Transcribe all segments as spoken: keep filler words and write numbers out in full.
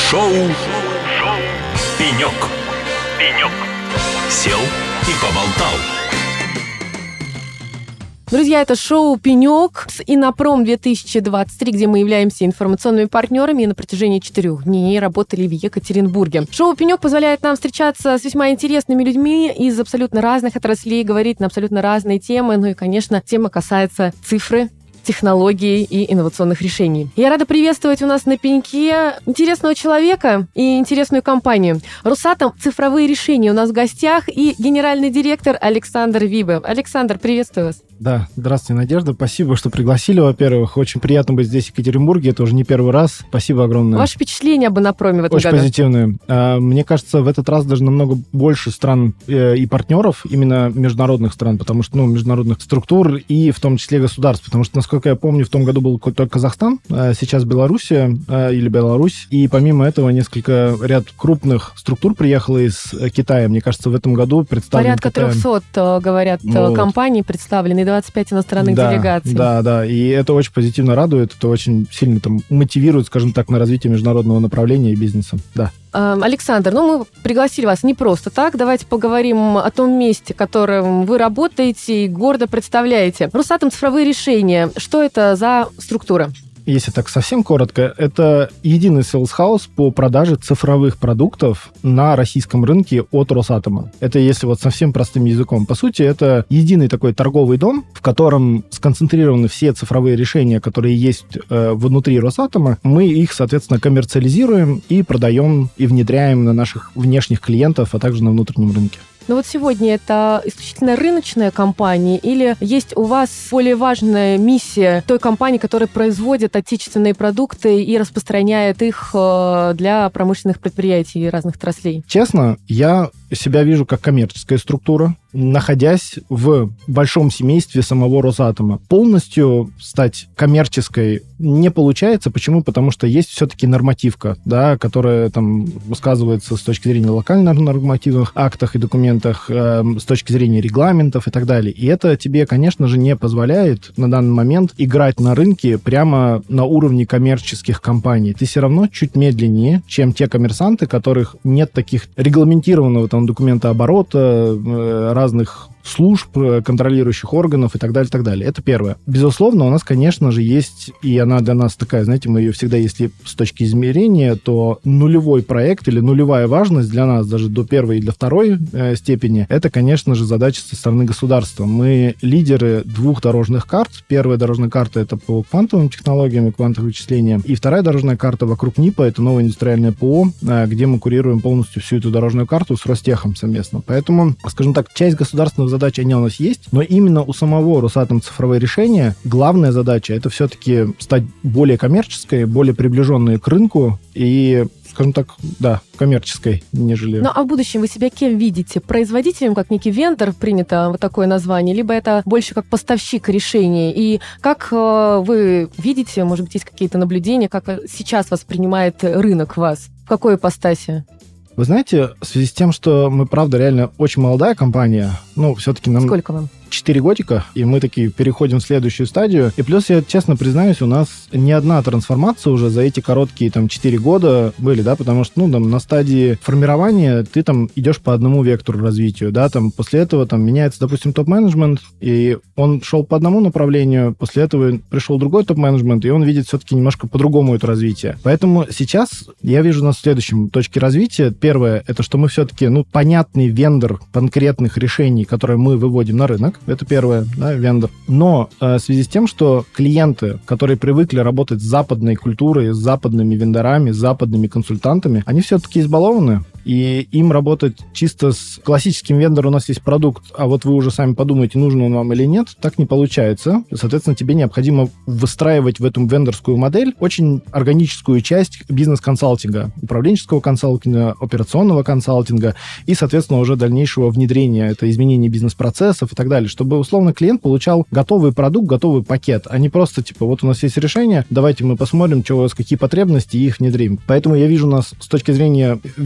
Шоу Шоу Пенек. Пенек. Сел и поболтал. Друзья, это шоу «Пенек» с Иннопром две тысячи двадцать три, где мы являемся информационными партнерами и на протяжении четырех дней работали в Екатеринбурге. Шоу «Пенек» позволяет нам встречаться с весьма интересными людьми из абсолютно разных отраслей, говорить на абсолютно разные темы. Ну и, конечно, тема касается цифры, технологий и инновационных решений. Я рада приветствовать у нас на пеньке интересного человека и интересную компанию. Росатом «Цифровые решения» у нас в гостях и генеральный директор Александр Вибе. Александр, приветствую вас. Да, здравствуйте, Надежда. Спасибо, что пригласили, во-первых. Очень приятно быть здесь, в Екатеринбурге. Это уже не первый раз. Спасибо огромное. Ваше впечатление об Иннопроме в этом Очень году? Очень позитивное. Мне кажется, в этот раз даже намного больше стран и партнеров, именно международных стран, потому что, ну, международных структур и в том числе государств. Потому что, насколько я помню, в том году был только Казахстан, сейчас Белоруссия или Беларусь. И помимо этого несколько ряд крупных структур приехало из Китая. Мне кажется, в этом году представлены порядка трехсот, говорят, вот. компаний представлены. двадцать пять иностранных да, делегаций. Да, да, и это очень позитивно радует, это очень сильно там мотивирует, скажем так, на развитие международного направления и бизнеса, да. Александр, ну мы пригласили вас не просто так, давайте поговорим о том месте, в котором вы работаете и гордо представляете. Росатом «Цифровые решения». Что это за структура? Если так совсем коротко, это единый селс-хаус по продаже цифровых продуктов на российском рынке от Росатома. Это если вот совсем простым языком. По сути, это единый такой торговый дом, в котором сконцентрированы все цифровые решения, которые есть э, внутри Росатома. Мы их, соответственно, коммерциализируем и продаем, и внедряем на наших внешних клиентов, а также на внутреннем рынке. Но вот сегодня это исключительно рыночная компания или есть у вас более важная миссия той компании, которая производит отечественные продукты и распространяет их для промышленных предприятий и разных отраслей? Честно, я себя вижу как коммерческая структура, находясь в большом семействе самого Росатома. Полностью стать коммерческой не получается. Почему? Потому что есть все-таки нормативка, да, которая там высказывается с точки зрения локальных нормативных актах и документах, э, с точки зрения регламентов и так далее. И это тебе, конечно же, не позволяет на данный момент играть на рынке прямо на уровне коммерческих компаний. Ты все равно чуть медленнее, чем те коммерсанты, которых нет таких регламентированного там документа оборота, э, разных служб, контролирующих органов и так далее, и так далее. Это первое. Безусловно, у нас, конечно же, есть, и она для нас такая, знаете, мы ее всегда, если с точки измерения, то нулевой проект или нулевая важность для нас, даже до первой и для второй э, степени, это, конечно же, задача со стороны государства. Мы лидеры двух дорожных карт. Первая дорожная карта — это по квантовым технологиям и квантовым вычислениям. И вторая дорожная карта вокруг НИПа — это новое индустриальное ПО, э, где мы курируем полностью всю эту дорожную карту с Ростехом совместно. Поэтому, скажем так, часть государственных задачи, они у нас есть, но именно у самого Росатом «Цифровые решения» главная задача — это все-таки стать более коммерческой, более приближенной к рынку и, скажем так, да, коммерческой, нежели... Ну, а в будущем вы себя кем видите? Производителем, как некий вендор, принято вот такое название, либо это больше как поставщик решений? И как э, вы видите, может быть, есть какие-то наблюдения, как сейчас воспринимает рынок вас? В какой ипостаси? Вы знаете, в связи с тем, что мы, правда, реально очень молодая компания, ну, все-таки нам... Сколько вам? Четыре годика, и мы такие переходим в следующую стадию. И плюс, я честно признаюсь, у нас не одна трансформация уже за эти короткие там четыре года были, да, потому что, ну, там, на стадии формирования ты там идешь по одному вектору развитию, да, там, после этого там меняется, допустим, топ-менеджмент, и он шел по одному направлению, после этого пришел другой топ-менеджмент, и он видит все-таки немножко по-другому это развитие. Поэтому сейчас я вижу нас в следующем точке развития. Первое, это что мы все-таки, ну, понятный вендор конкретных решений, которые мы выводим на рынок. Это первое, да, вендор. Но э, в связи с тем, что клиенты, которые привыкли работать с западной культурой, с западными вендорами, с западными консультантами, они все-таки избалованы. И им работать чисто с классическим вендором, у нас есть продукт, а вот вы уже сами подумаете, нужен он вам или нет, так не получается. Соответственно, тебе необходимо выстраивать в эту вендорскую модель очень органическую часть бизнес-консалтинга, управленческого консалтинга, операционного консалтинга и, соответственно, уже дальнейшего внедрения, это изменение бизнес-процессов и так далее, чтобы, условно, клиент получал готовый продукт, готовый пакет, а не просто, типа, вот у нас есть решение, давайте мы посмотрим, что у вас, какие потребности, и их внедрим. Поэтому я вижу нас с точки зрения вендорства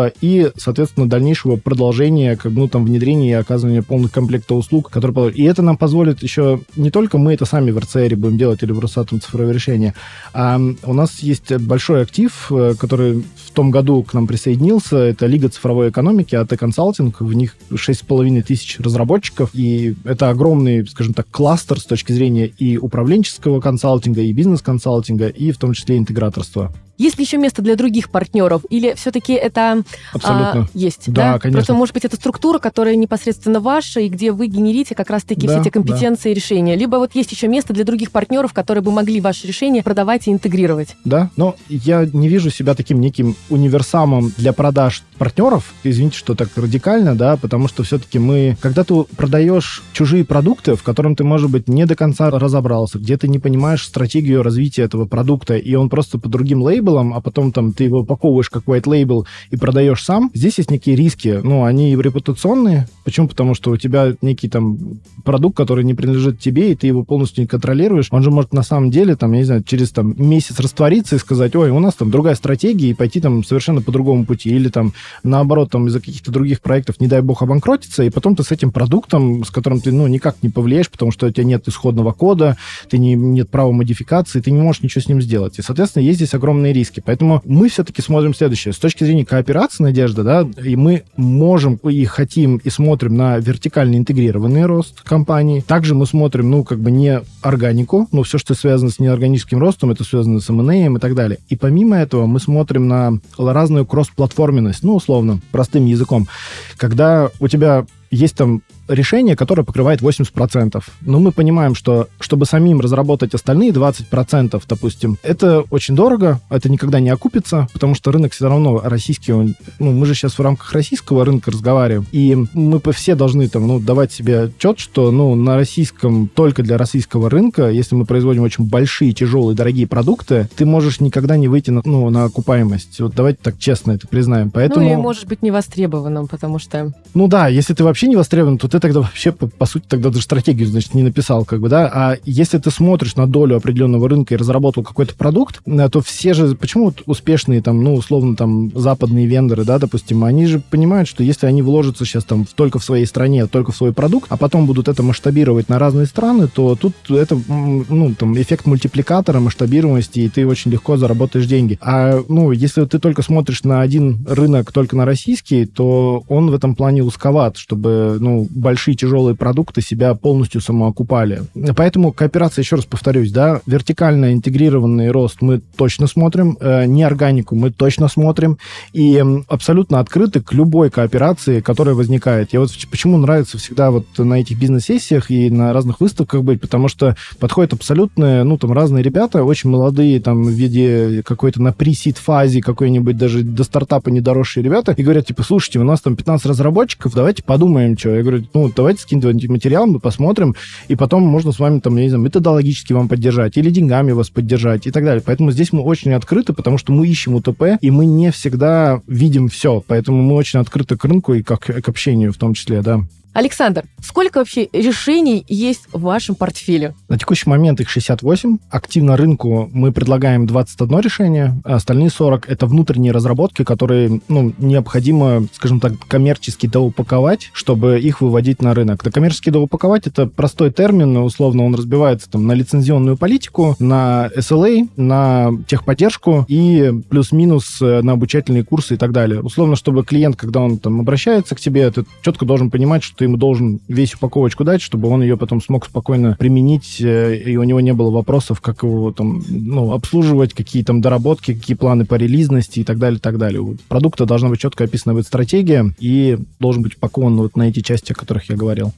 производства и, соответственно, дальнейшего продолжения, как бы, ну, там, внедрения и оказывания полных комплектов услуг, которые... И это нам позволит еще не только мы это сами в эр цэ эре будем делать или в Росатом цифровое решение, а у нас есть большой актив, который в том году к нам присоединился, это Лига цифровой экономики, эй ти Консалтинг, в них шесть с половиной тысяч разработчиков, и это огромный, скажем так, кластер с точки зрения и управленческого консалтинга, и бизнес-консалтинга, и в том числе интеграторства. Есть ли еще место для других партнеров? Или все-таки это Абсолютно. А, есть? Да, да, конечно. Просто, может быть, это структура, которая непосредственно ваша, и где вы генерите как раз-таки да, все эти компетенции да. и решения. Либо вот есть еще место для других партнеров, которые бы могли ваши решения продавать и интегрировать. Да, но я не вижу себя таким неким универсамом для продаж партнеров. Извините, что так радикально, да, потому что все-таки мы... Когда ты продаешь чужие продукты, в котором ты, может быть, не до конца разобрался, где ты не понимаешь стратегию развития этого продукта, и он просто по другим лейблам, а потом там ты его упаковываешь как white label и продаешь сам, здесь есть некие риски. Ну, они репутационные. Почему? Потому что у тебя некий там продукт, который не принадлежит тебе, и ты его полностью не контролируешь. Он же может на самом деле, там, я не знаю, через там месяц раствориться и сказать, ой, у нас там другая стратегия, и пойти там совершенно по другому пути. Или там, наоборот, там из-за каких-то других проектов, не дай бог, обанкротиться, и потом ты с этим продуктом, с которым ты, ну, никак не повлияешь, потому что у тебя нет исходного кода, ты не, нет права модификации, ты не можешь ничего с ним сделать. И, соответственно, есть здесь огромные риски. Поэтому мы все-таки смотрим следующее. С точки зрения кооперации, Надежда, да, и мы можем и хотим, и смотрим на вертикально интегрированный рост компании. Также мы смотрим, ну, как бы не органику, ну, все, что связано с неорганическим ростом, это связано с эм энд эй и так далее. И помимо этого мы смотрим на разную кросс-платформенность, ну, условно, простым языком. Когда у тебя есть там решение, которое покрывает восемьдесят процентов. Но мы понимаем, что чтобы самим разработать остальные двадцать процентов, допустим, это очень дорого, это никогда не окупится, потому что рынок все равно российский, он, ну, мы же сейчас в рамках российского рынка разговариваем, и мы все должны там, ну, давать себе отчет, что, ну, на российском, только для российского рынка, если мы производим очень большие, тяжелые, дорогие продукты, ты можешь никогда не выйти на, ну, на окупаемость. Вот давайте так честно это признаем. Поэтому... Ну, и можешь быть невостребованным, потому что... Ну да, если ты вообще не востребован, то ты тогда вообще, по, по сути, тогда даже стратегию, значит, не написал, как бы, да, а если ты смотришь на долю определенного рынка и разработал какой-то продукт, то все же, почему вот успешные, там, ну, условно, там, западные вендоры, да, допустим, они же понимают, что если они вложатся сейчас там только в своей стране, только в свой продукт, а потом будут это масштабировать на разные страны, то тут это, ну, там, эффект мультипликатора, масштабируемости, и ты очень легко заработаешь деньги. А, ну, если ты только смотришь на один рынок, только на российский, то он в этом плане узковат, чтобы, ну, большие тяжелые продукты себя полностью самоокупали. Поэтому кооперация, еще раз повторюсь, да, вертикально интегрированный рост мы точно смотрим, э, неорганику мы точно смотрим, и абсолютно открыты к любой кооперации, которая возникает. Я вот почему нравится всегда вот на этих бизнес-сессиях и на разных выставках быть, потому что подходят абсолютно, ну, там, разные ребята, очень молодые, там, в виде какой-то на pre-seed фазе, какой-нибудь даже до стартапа недоросшие ребята, и говорят, типа, слушайте, у нас там пятнадцать разработчиков, давайте подумаем, что. Я говорю, ну, давайте скиньте материал, мы посмотрим, и потом можно с вами, там, я не знаю, методологически вам поддержать, или деньгами вас поддержать, и так далее. Поэтому здесь мы очень открыты, потому что мы ищем у тэ пэ, и мы не всегда видим все, поэтому мы очень открыты к рынку и как, к общению в том числе, да. Александр, сколько вообще решений есть в вашем портфеле? На текущий момент их шестьдесят восемь. Активно рынку мы предлагаем двадцать одно решение, а остальные сорок — это внутренние разработки, которые, ну, необходимо, скажем так, коммерчески доупаковать, чтобы их выводить на рынок. Да, коммерчески доупаковать — это простой термин, условно он разбивается там на лицензионную политику, на эс эл эй, на техподдержку и плюс-минус на обучательные курсы и так далее. Условно, чтобы клиент, когда он там обращается к тебе, ты четко должен понимать, что ты ему должен весь упаковочку дать, чтобы он ее потом смог спокойно применить, и у него не было вопросов, как его там, ну, обслуживать, какие там доработки, какие планы по релизности и так далее, и так далее. У продукта должна быть четко описана быть стратегия и должен быть упакован вот на эти части, о которых я говорил.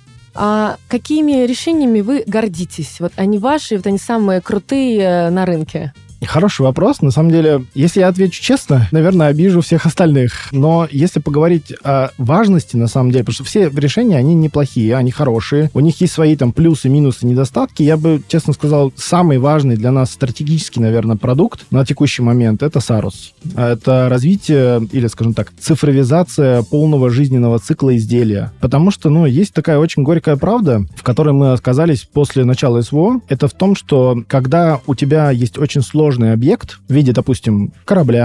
А какими решениями вы гордитесь? Вот они ваши, вот они самые крутые на рынке. Хороший вопрос. На самом деле, если я отвечу честно, наверное, обижу всех остальных. Но если поговорить о важности, на самом деле, потому что все решения, они неплохие, они хорошие. У них есть свои там плюсы, минусы, недостатки. Я бы, честно сказал, самый важный для нас стратегический, наверное, продукт на текущий момент — это Сарус. Это развитие, или, скажем так, цифровизация полного жизненного цикла изделия. Потому что, ну, есть такая очень горькая правда, в которой мы оказались после начала эс вэ о. Это в том, что когда у тебя есть очень сложный объект в виде, допустим, корабля,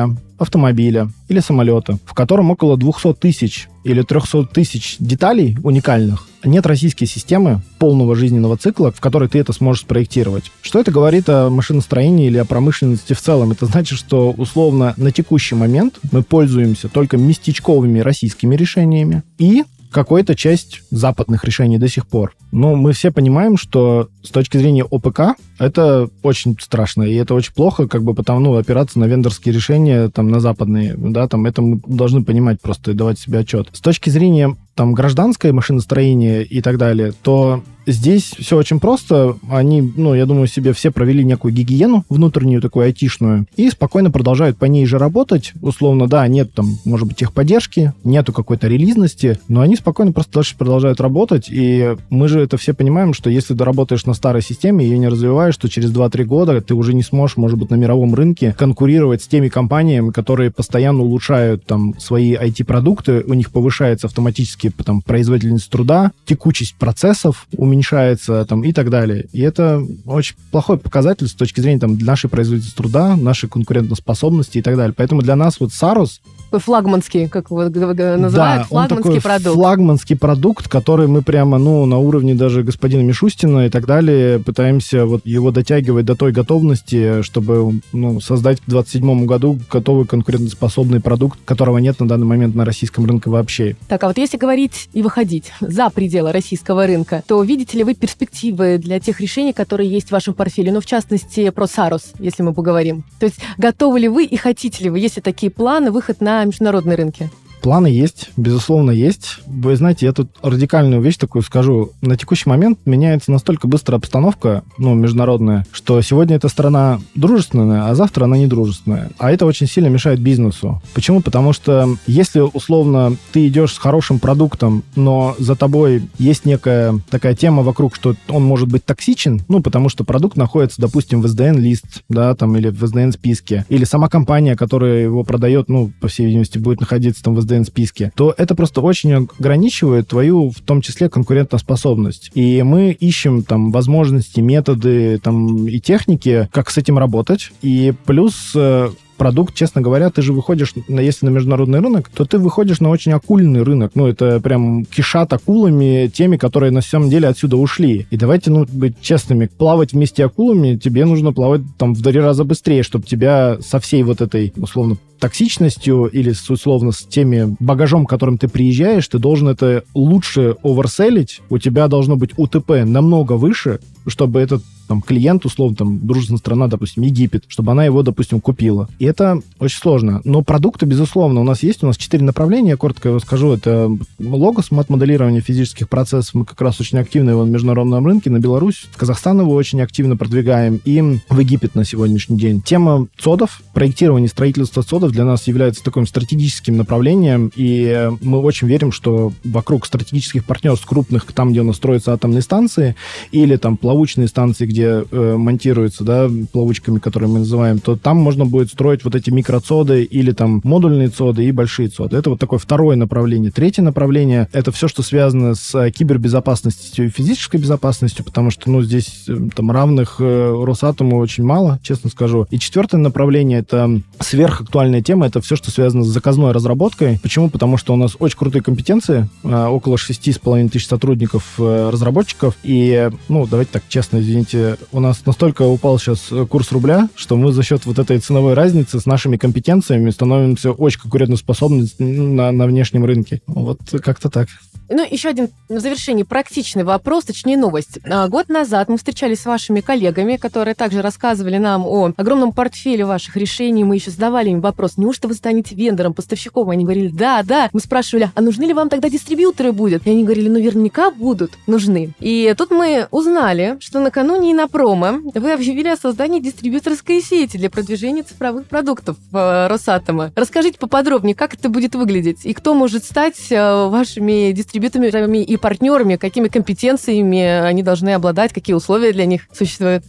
автомобиля или самолета, в котором около двести тысяч или триста тысяч деталей уникальных, нет российской системы полного жизненного цикла, в которой ты это сможешь спроектировать. Что это говорит о машиностроении или о промышленности в целом? Это значит, что условно на текущий момент мы пользуемся только местечковыми российскими решениями и какой-то часть западных решений до сих пор. Но мы все понимаем, что с точки зрения ОПК это очень страшно, и это очень плохо, как бы потому, ну, опираться на вендорские решения, там, на западные, да, там, это мы должны понимать просто и давать себе отчет. С точки зрения там гражданское машиностроение и так далее, то здесь все очень просто. Они, ну, я думаю, себе все провели некую гигиену внутреннюю, такую айтишную, и спокойно продолжают по ней же работать. Условно, да, нет там, может быть, техподдержки, нету какой-то релизности, но они спокойно просто дальше продолжают работать, и мы же это все понимаем, что если ты работаешь на старой системе, ее не развиваешь, то через два-три года ты уже не сможешь, может быть, на мировом рынке конкурировать с теми компаниями, которые постоянно улучшают там свои ай ти-продукты, у них повышается автоматически там производительность труда, текучесть процессов уменьшается там, и так далее. И это очень плохой показатель с точки зрения там, нашей производительности труда, нашей конкурентоспособности и так далее. Поэтому для нас вот Saros флагманский, как его называют, да, флагманский продукт. Флагманский продукт, который мы прямо, ну, на уровне даже господина Мишустина и так далее пытаемся вот его дотягивать до той готовности, чтобы, ну, создать к двадцать седьмому году готовый конкурентоспособный продукт, которого нет на данный момент на российском рынке вообще. Так, а вот если говорить и выходить за пределы российского рынка, то видите ли вы перспективы для тех решений, которые есть в вашем портфеле? Ну, в частности, про Saros, если мы поговорим. То есть готовы ли вы и хотите ли вы, если такие планы, выход на международные рынки? Планы есть, безусловно, есть. Вы знаете, я тут радикальную вещь такую скажу. На текущий момент меняется настолько быстро обстановка, ну, международная, что сегодня эта страна дружественная, а завтра она недружественная. А это очень сильно мешает бизнесу. Почему? Потому что если, условно, ты идешь с хорошим продуктом, но за тобой есть некая такая тема вокруг, что он может быть токсичен, ну, потому что продукт находится, допустим, в эс ди эн-лист, да, там, или в эс ди эн-списке, или сама компания, которая его продает, ну, по всей видимости, будет находиться там в эс ди эн-списке, то это просто очень ограничивает твою, в том числе, конкурентоспособность. И мы ищем там возможности, методы там и техники, как с этим работать. И плюс продукт, честно говоря, ты же выходишь, если на международный рынок, то ты выходишь на очень акульный рынок. Ну, это прям кишат акулами, теми, которые на самом деле отсюда ушли. И давайте, ну, быть честными, плавать вместе акулами, тебе нужно плавать там в три раза быстрее, чтобы тебя со всей вот этой, условно, токсичностью или, с, условно, с теми багажом, которым ты приезжаешь, ты должен это лучше оверселить, у тебя должно быть у тэ пэ намного выше, чтобы этот там, клиент, условно, там, дружественная страна, допустим, Египет, чтобы она его, допустим, купила. И это очень сложно. Но продукты, безусловно, у нас есть. У нас четыре направления, я коротко его скажу. Это логос, мат-моделирование физических процессов. Мы как раз очень активно его на международном рынке, на Беларусь, в Казахстан его очень активно продвигаем. И в Египет на сегодняшний день. Тема цодов, проектирование, строительство цодов для нас является таким стратегическим направлением. И мы очень верим, что вокруг стратегических партнерств крупных, там, где у нас строятся атомные станции, или там плавучные станции, где э, монтируются, да, плавучками, которые мы называем, то там можно будет строить вот эти микроцоды или там модульные цоды и большие цоды. Это вот такое второе направление. Третье направление — это все, что связано с кибербезопасностью и физической безопасностью, потому что, ну, здесь э, там равных э, Росатому очень мало, честно скажу. И четвертое направление — это сверхактуальная тема, это все, что связано с заказной разработкой. Почему? Потому что у нас очень крутые компетенции, э, около шести с половиной тысяч сотрудников, э, разработчиков, и, ну, давайте так честно, извините, у нас настолько упал сейчас курс рубля, что мы за счет вот этой ценовой разницы с нашими компетенциями становимся очень конкурентоспособны на, на внешнем рынке. Вот как-то так. Ну, еще один в завершении практичный вопрос, точнее новость. Год назад мы встречались с вашими коллегами, которые также рассказывали нам о огромном портфеле ваших решений. Мы еще задавали им вопрос, неужто вы станете вендором, поставщиком? Они говорили, да, да. Мы спрашивали, а нужны ли вам тогда дистрибьюторы будут? И они говорили, ну, наверняка будут нужны. И тут мы узнали, что накануне и на промо вы объявили о создании дистрибьюторской сети для продвижения цифровых продуктов э, Росатома. Расскажите поподробнее, как это будет выглядеть и кто может стать э, вашими дистрибьюторами и партнерами, какими компетенциями они должны обладать, какие условия для них существуют?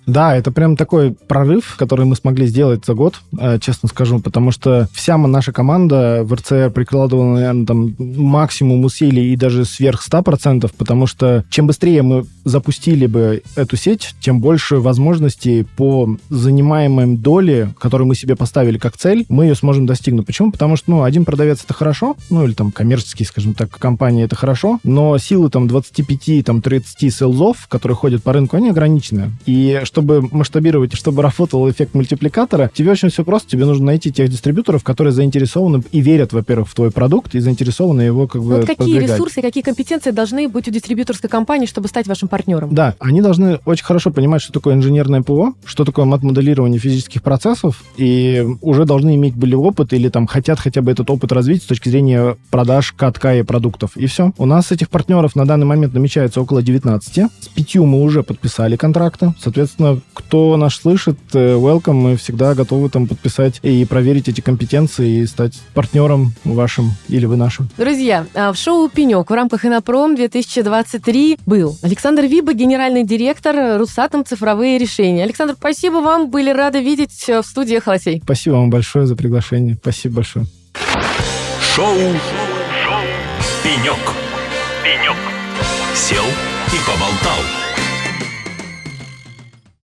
Да, это прям такой прорыв, который мы смогли сделать за год, честно скажу, потому что вся наша команда в эр цэ эр прикладывала, наверное, там максимум усилий и даже сверх ста процентов, потому что чем быстрее мы запустили бы эту сеть, тем больше возможностей по занимаемой доле, которую мы себе поставили как цель, мы ее сможем достигнуть. Почему? Потому что, ну, один продавец — это хорошо, ну, или там коммерческие, скажем так, компании — это хорошо, но силы там двадцать пять, там тридцать селзов, которые ходят по рынку, они ограничены. И чтобы масштабировать, и чтобы работал эффект мультипликатора, тебе очень все просто. Тебе нужно найти тех дистрибьюторов, которые заинтересованы и верят, во-первых, в твой продукт, и заинтересованы его как бы вот какие продвигать. Ресурсы, какие компетенции должны быть у дистрибьюторской компании, чтобы стать вашим партнером? Да, они должны очень хорошо понимать, что такое инженерное ПО, что такое мат-моделирование физических процессов, и уже должны иметь были опыт или там хотят хотя бы этот опыт развить с точки зрения продаж катка и продуктов. И все. У нас этих партнеров на данный момент намечается около девятнадцати. С пятью мы уже подписали контракты. Соответственно, кто нас слышит, welcome, мы всегда готовы там подписать и проверить эти компетенции и стать партнером вашим или вы нашим. Друзья, в шоу «Пенек» в рамках Иннопром две тысячи двадцать три был Александр Виба, генеральный директор Русатом «Цифровые решения». Александр, спасибо вам, были рады видеть в студии «Холосей». Спасибо вам большое за приглашение. Спасибо большое. Шоу, Шоу. «Пенек». «Пенек». Сел и поболтал.